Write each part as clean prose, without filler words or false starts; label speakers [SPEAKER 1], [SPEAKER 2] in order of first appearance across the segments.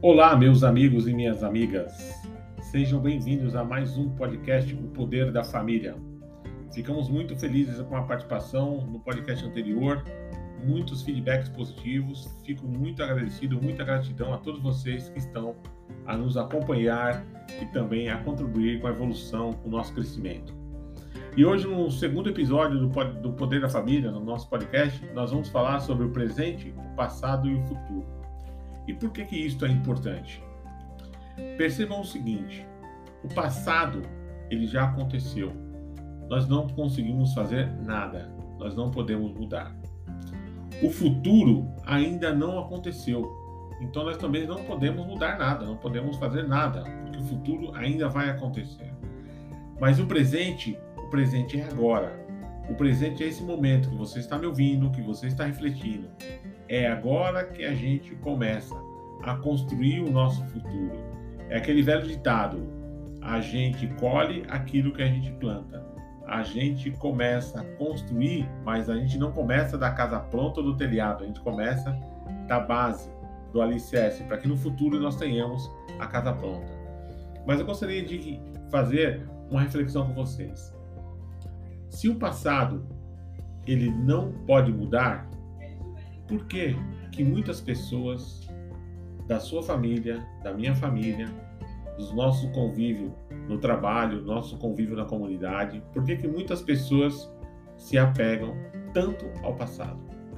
[SPEAKER 1] Olá, meus amigos e minhas amigas. Sejam bem-vindos a mais um podcast, O Poder da Família. Ficamos muito felizes com a participação no podcast anterior, muitos feedbacks positivos. Fico muito agradecido, muita gratidão a todos vocês que estão a nos acompanhar e também a contribuir com a evolução, com o nosso crescimento. E hoje, no segundo episódio do Poder da Família, no nosso podcast, nós vamos falar sobre o presente, o passado e o futuro. E por que isso é importante? Percebam o seguinte: o passado, ele já aconteceu. Nós não conseguimos fazer nada. Nós não podemos mudar. O futuro ainda não aconteceu. Então nós também não podemos mudar nada, não podemos fazer nada, porque o futuro ainda vai acontecer. Mas o presente é agora. O presente é esse momento que você está me ouvindo, que você está refletindo. É agora que a gente começa a construir o nosso futuro. É aquele velho ditado: a gente colhe aquilo que a gente planta. A gente começa a construir, mas a gente não começa da casa pronta ou do telhado. A gente começa da base, do alicerce, para que no futuro nós tenhamos a casa pronta. Mas eu gostaria de fazer uma reflexão com vocês. Se o passado ele não pode mudar, por que muitas pessoas da sua família, da minha família, do nosso convívio no trabalho, nosso convívio na comunidade, por que muitas pessoas se apegam tanto ao passado?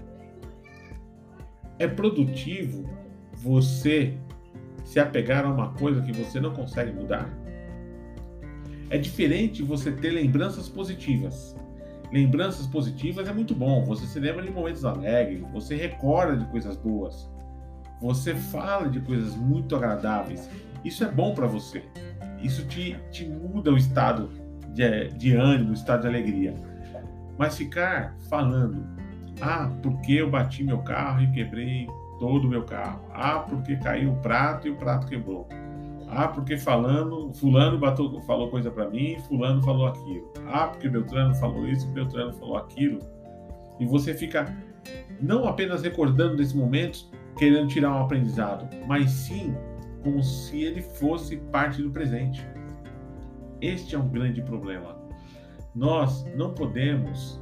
[SPEAKER 1] É produtivo você se apegar a uma coisa que você não consegue mudar? É diferente você ter lembranças positivas. Lembranças positivas é muito bom. Você se lembra de momentos alegres, você recorda de coisas boas, você fala de coisas muito agradáveis. Isso é bom para você. Isso te muda o estado de ânimo, o estado de alegria. Mas ficar falando: porque eu bati meu carro e quebrei todo o meu carro. Porque caiu o prato e o prato quebrou. Porque fulano falou coisa para mim, fulano falou aquilo. Porque Beltrano falou isso, Beltrano falou aquilo. E você fica não apenas recordando desses momentos, querendo tirar um aprendizado, mas sim como se ele fosse parte do presente. Este é um grande problema. Nós não podemos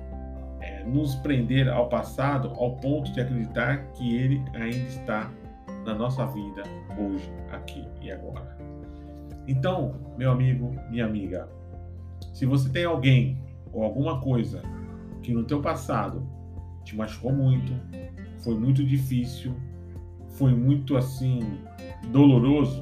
[SPEAKER 1] nos prender ao passado ao ponto de acreditar que ele ainda está na nossa vida hoje, aqui e agora. Então, meu amigo, minha amiga, se você tem alguém ou alguma coisa que no teu passado te machucou muito, foi muito difícil, foi muito doloroso,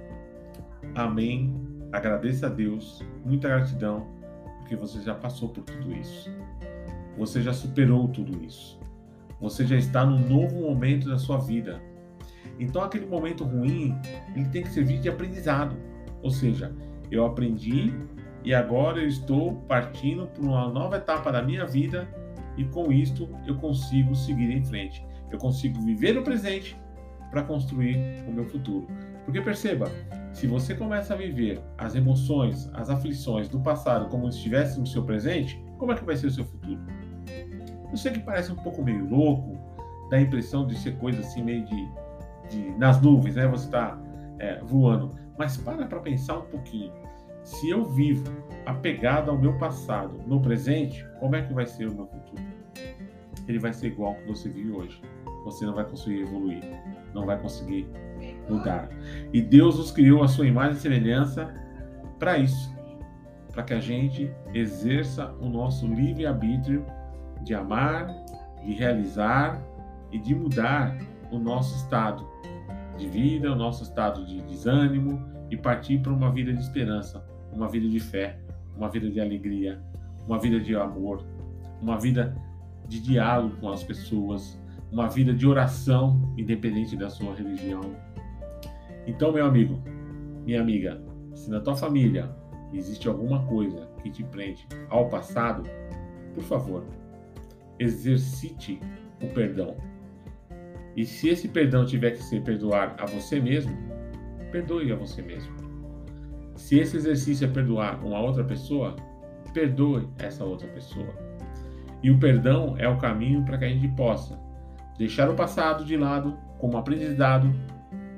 [SPEAKER 1] amém, agradeça a Deus, muita gratidão, porque você já passou por tudo isso. Você já superou tudo isso. Você já está num novo momento da sua vida. Então aquele momento ruim, ele tem que servir de aprendizado. Ou seja, eu aprendi e agora eu estou partindo para uma nova etapa da minha vida e com isto eu consigo seguir em frente. Eu consigo viver o presente para construir o meu futuro. Porque perceba, se você começa a viver as emoções, as aflições do passado como se estivesse no seu presente, como é que vai ser o seu futuro? Eu sei que parece um pouco meio louco, dá a impressão de ser coisa assim meio nas nuvens, né? Você está voando. Mas para pensar um pouquinho. Se eu vivo apegado ao meu passado no presente, como é que vai ser o meu futuro? Ele vai ser igual ao que você vive hoje. Você não vai conseguir evoluir, não vai conseguir mudar. E Deus nos criou a sua imagem e semelhança para isso, para que a gente exerça o nosso livre-arbítrio de amar, de realizar e de mudar o nosso estado de vida, o nosso estado de desânimo e partir para uma vida de esperança, uma vida de fé, uma vida de alegria, uma vida de amor, uma vida de diálogo com as pessoas, uma vida de oração, independente da sua religião. Então, meu amigo, minha amiga, se na tua família existe alguma coisa que te prende ao passado, por favor, exercite o perdão. E se esse perdão tiver que ser perdoar a você mesmo, perdoe a você mesmo. Se esse exercício é perdoar uma outra pessoa, perdoe essa outra pessoa. E o perdão é o caminho para que a gente possa deixar o passado de lado como aprendizado,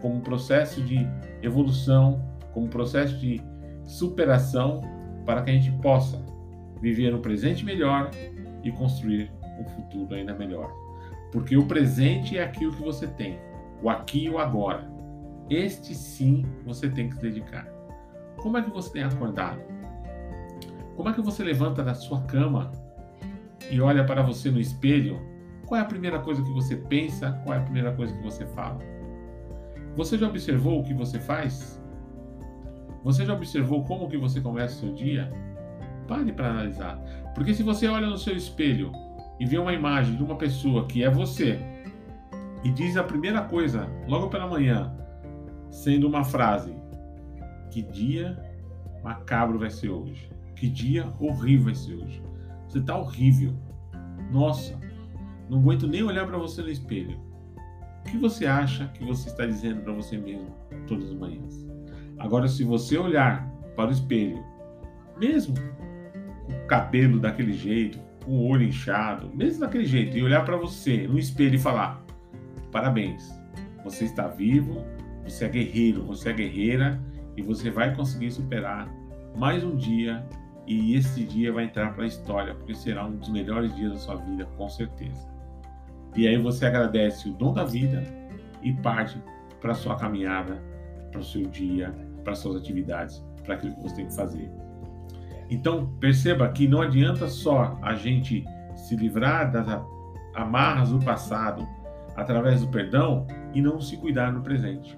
[SPEAKER 1] como um processo de evolução, como um processo de superação, para que a gente possa viver um presente melhor e construir um futuro ainda melhor. Porque o presente é aquilo que você tem, o aqui e o agora. Este sim você tem que se dedicar. Como é que você tem acordado? Como é que você levanta da sua cama e olha para você no espelho? Qual é a primeira coisa que você pensa? Qual é a primeira coisa que você fala? Você já observou o que você faz? Você já observou como que você começa o seu dia? Pare para analisar. Porque se você olha no seu espelho e vê uma imagem de uma pessoa que é você e diz a primeira coisa logo pela manhã, sendo uma frase: que dia macabro vai ser hoje? Que dia horrível vai ser hoje? Você tá horrível. Nossa, não aguento nem olhar para você no espelho. O que você acha que você está dizendo para você mesmo todas as manhãs? Agora, se você olhar para o espelho, mesmo com o cabelo daquele jeito, com o olho inchado, mesmo daquele jeito, e olhar para você no espelho e falar: parabéns, você está vivo, você é guerreiro, você é guerreira, e você vai conseguir superar mais um dia, e esse dia vai entrar para a história, porque será um dos melhores dias da sua vida, com certeza. E aí você agradece o dom da vida e parte para a sua caminhada, para o seu dia, para as suas atividades, para aquilo que você tem que fazer. Então, perceba que não adianta só a gente se livrar das amarras do passado através do perdão e não se cuidar no presente.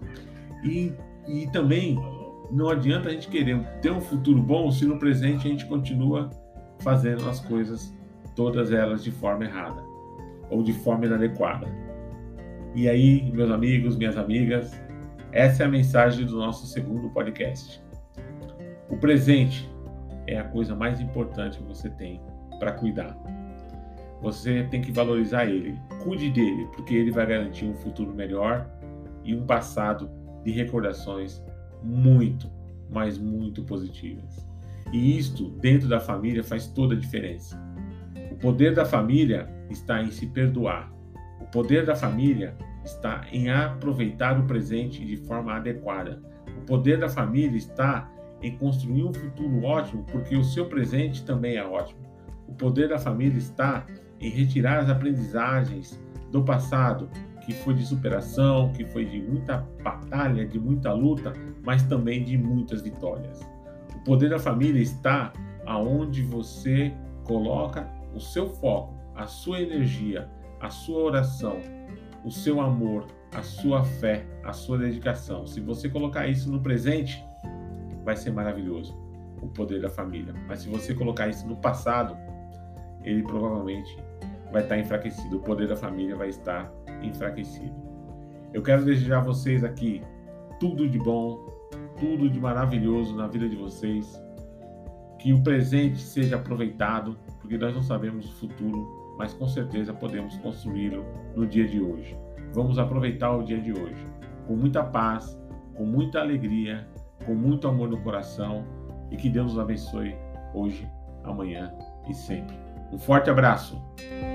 [SPEAKER 1] E também não adianta a gente querer ter um futuro bom se no presente a gente continua fazendo as coisas, todas elas de forma errada ou de forma inadequada. E aí, meus amigos, minhas amigas, essa é a mensagem do nosso segundo podcast. O presente é a coisa mais importante que você tem para cuidar. Você tem que valorizar ele, cuide dele, porque ele vai garantir um futuro melhor e um passado de recordações muito, mas muito positivas. E isto, dentro da família, faz toda a diferença. O poder da família está em se perdoar. O poder da família está em aproveitar o presente de forma adequada. O poder da família está em construir um futuro ótimo, porque o seu presente também é ótimo. O poder da família está em retirar as aprendizagens do passado, que foi de superação, que foi de muita batalha, de muita luta, mas também de muitas vitórias. O poder da família está aonde você coloca o seu foco, a sua energia, a sua oração, o seu amor, a sua fé, a sua dedicação. Se você colocar isso no presente, vai ser maravilhoso, o poder da família. Mas se você colocar isso no passado, ele provavelmente vai estar enfraquecido. O poder da família vai estar enfraquecido. Eu quero desejar a vocês aqui tudo de bom, tudo de maravilhoso na vida de vocês. Que o presente seja aproveitado, porque nós não sabemos o futuro, mas com certeza podemos construí-lo no dia de hoje. Vamos aproveitar o dia de hoje com muita paz, com muita alegria, com muito amor no coração, e que Deus nos abençoe hoje, amanhã e sempre. Um forte abraço!